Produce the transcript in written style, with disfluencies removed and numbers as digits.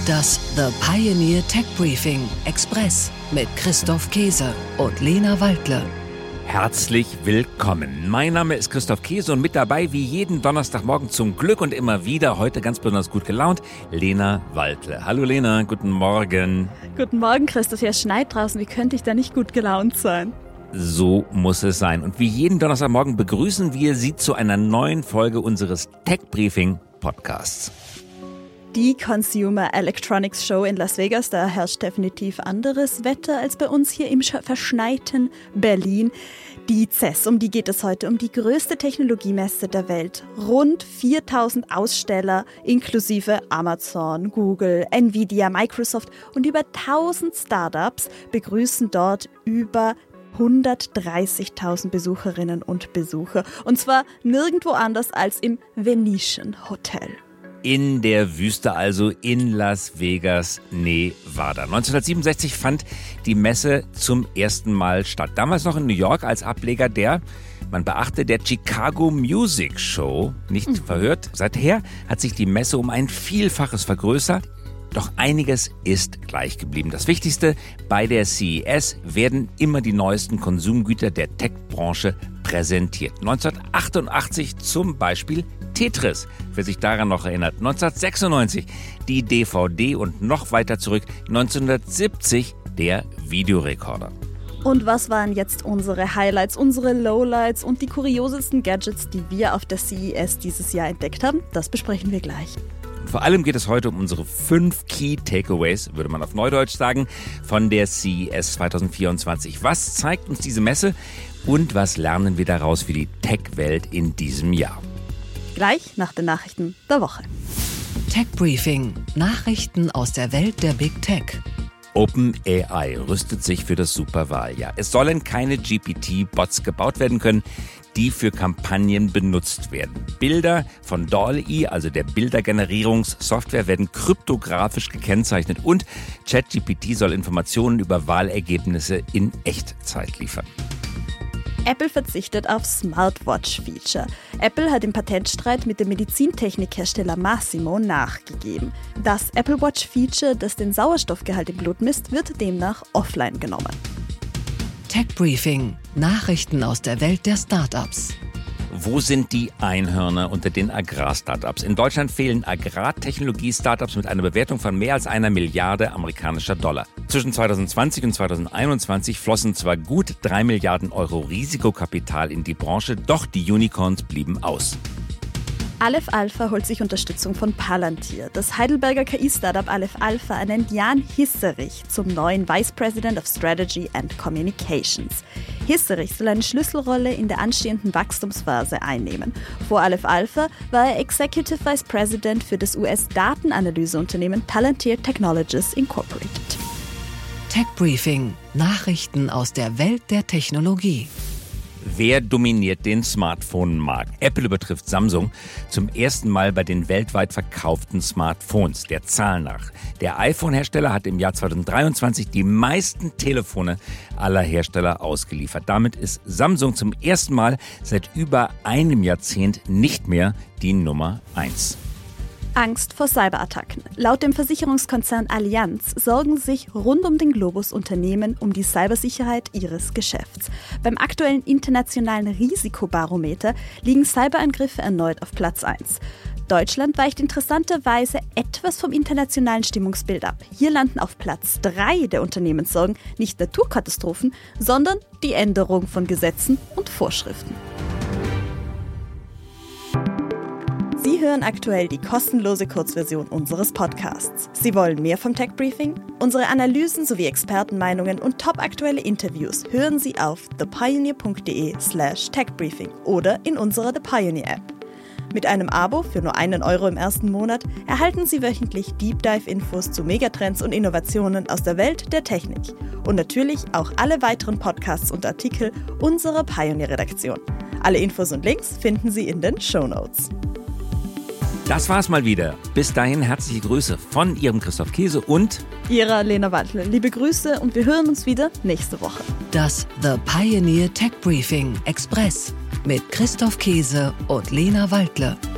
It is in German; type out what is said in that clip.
Das The Pioneer Tech Briefing Express mit Christoph Käse und Lena Waldle. Herzlich willkommen. Mein Name ist Christoph Käse und mit dabei wie jeden Donnerstagmorgen zum Glück und immer wieder, heute ganz besonders gut gelaunt, Lena Waldle. Hallo Lena, guten Morgen. Guten Morgen Christoph, ja, es schneit draußen, wie könnte ich da nicht gut gelaunt sein? So muss es sein. Und wie jeden Donnerstagmorgen begrüßen wir Sie zu einer neuen Folge unseres Tech Briefing Podcasts. Die Consumer Electronics Show in Las Vegas, da herrscht definitiv anderes Wetter als bei uns hier im verschneiten Berlin. Die CES, um die geht es heute, um die größte Technologiemesse der Welt. Rund 4000 Aussteller inklusive Amazon, Google, Nvidia, Microsoft und über 1000 Startups begrüßen dort über 130.000 Besucherinnen und Besucher. Und zwar nirgendwo anders als im Venetian Hotel. In der Wüste, also in Las Vegas, Nevada. 1967 fand die Messe zum ersten Mal statt. Damals noch in New York als Ableger der, man beachte, der Chicago Music Show. Nicht verhört. Seither hat sich die Messe um ein Vielfaches vergrößert. Doch einiges ist gleich geblieben. Das Wichtigste, bei der CES werden immer die neuesten Konsumgüter der Tech-Branche präsentiert. 1988 zum Beispiel Tetris, wer sich daran noch erinnert. 1996 die DVD und noch weiter zurück 1970 der Videorekorder. Und was waren jetzt unsere Highlights, unsere Lowlights und die kuriosesten Gadgets, die wir auf der CES dieses Jahr entdeckt haben? Das besprechen wir gleich. Vor allem geht es heute um unsere 5 Key Takeaways, würde man auf Neudeutsch sagen, von der CES 2024. Was zeigt uns diese Messe und was lernen wir daraus für die Tech-Welt in diesem Jahr? Gleich nach den Nachrichten der Woche. Tech Briefing. Nachrichten aus der Welt der Big Tech. OpenAI rüstet sich für das Superwahljahr. Es sollen keine GPT-Bots gebaut werden können, die für Kampagnen benutzt werden. Bilder von DALL-E, also der Bildergenerierungssoftware, werden kryptografisch gekennzeichnet und ChatGPT soll Informationen über Wahlergebnisse in Echtzeit liefern. Apple verzichtet auf Smartwatch-Feature. Apple hat im Patentstreit mit dem Medizintechnikhersteller Masimo nachgegeben. Das Apple Watch-Feature, das den Sauerstoffgehalt im Blut misst, wird demnach offline genommen. Tech Briefing. Nachrichten aus der Welt der Startups. Wo sind die Einhörner unter den Agrar-Startups? In Deutschland fehlen Agrartechnologie-Startups mit einer Bewertung von mehr als 1 Milliarde amerikanischer Dollar. Zwischen 2020 und 2021 flossen zwar gut 3 Milliarden Euro Risikokapital in die Branche, doch die Unicorns blieben aus. Aleph Alpha holt sich Unterstützung von Palantir. Das Heidelberger KI-Startup Aleph Alpha ernennt Jan Hisserich zum neuen Vice President of Strategy and Communications. Hisserich soll eine Schlüsselrolle in der anstehenden Wachstumsphase einnehmen. Vor Aleph Alpha war er Executive Vice President für das US-Datenanalyseunternehmen Palantir Technologies Incorporated. Tech Briefing. Nachrichten aus der Welt der Technologie. Wer dominiert den Smartphone-Markt? Apple übertrifft Samsung zum ersten Mal bei den weltweit verkauften Smartphones, der Zahl nach. Der iPhone-Hersteller hat im Jahr 2023 die meisten Telefone aller Hersteller ausgeliefert. Damit ist Samsung zum ersten Mal seit über einem Jahrzehnt nicht mehr die Nummer 1. Angst vor Cyberattacken. Laut dem Versicherungskonzern Allianz sorgen sich rund um den Globus Unternehmen um die Cybersicherheit ihres Geschäfts. Beim aktuellen internationalen Risikobarometer liegen Cyberangriffe erneut auf Platz 1. Deutschland weicht interessanterweise etwas vom internationalen Stimmungsbild ab. Hier landen auf Platz 3 der Unternehmenssorgen nicht Naturkatastrophen, sondern die Änderung von Gesetzen und Vorschriften. Sie hören aktuell die kostenlose Kurzversion unseres Podcasts. Sie wollen mehr vom Tech Briefing? Unsere Analysen sowie Expertenmeinungen und topaktuelle Interviews hören Sie auf thepioneer.de/techbriefing oder in unserer The Pioneer App. Mit einem Abo für nur €1 im ersten Monat erhalten Sie wöchentlich Deep Dive Infos zu Megatrends und Innovationen aus der Welt der Technik. Und natürlich auch alle weiteren Podcasts und Artikel unserer Pioneer-Redaktion. Alle Infos und Links finden Sie in den Shownotes. Das war's mal wieder. Bis dahin herzliche Grüße von Ihrem Christoph Käse und Ihrer Lena Waldle. Liebe Grüße und wir hören uns wieder nächste Woche. Das The Pioneer Tech Briefing Express mit Christoph Käse und Lena Waldle.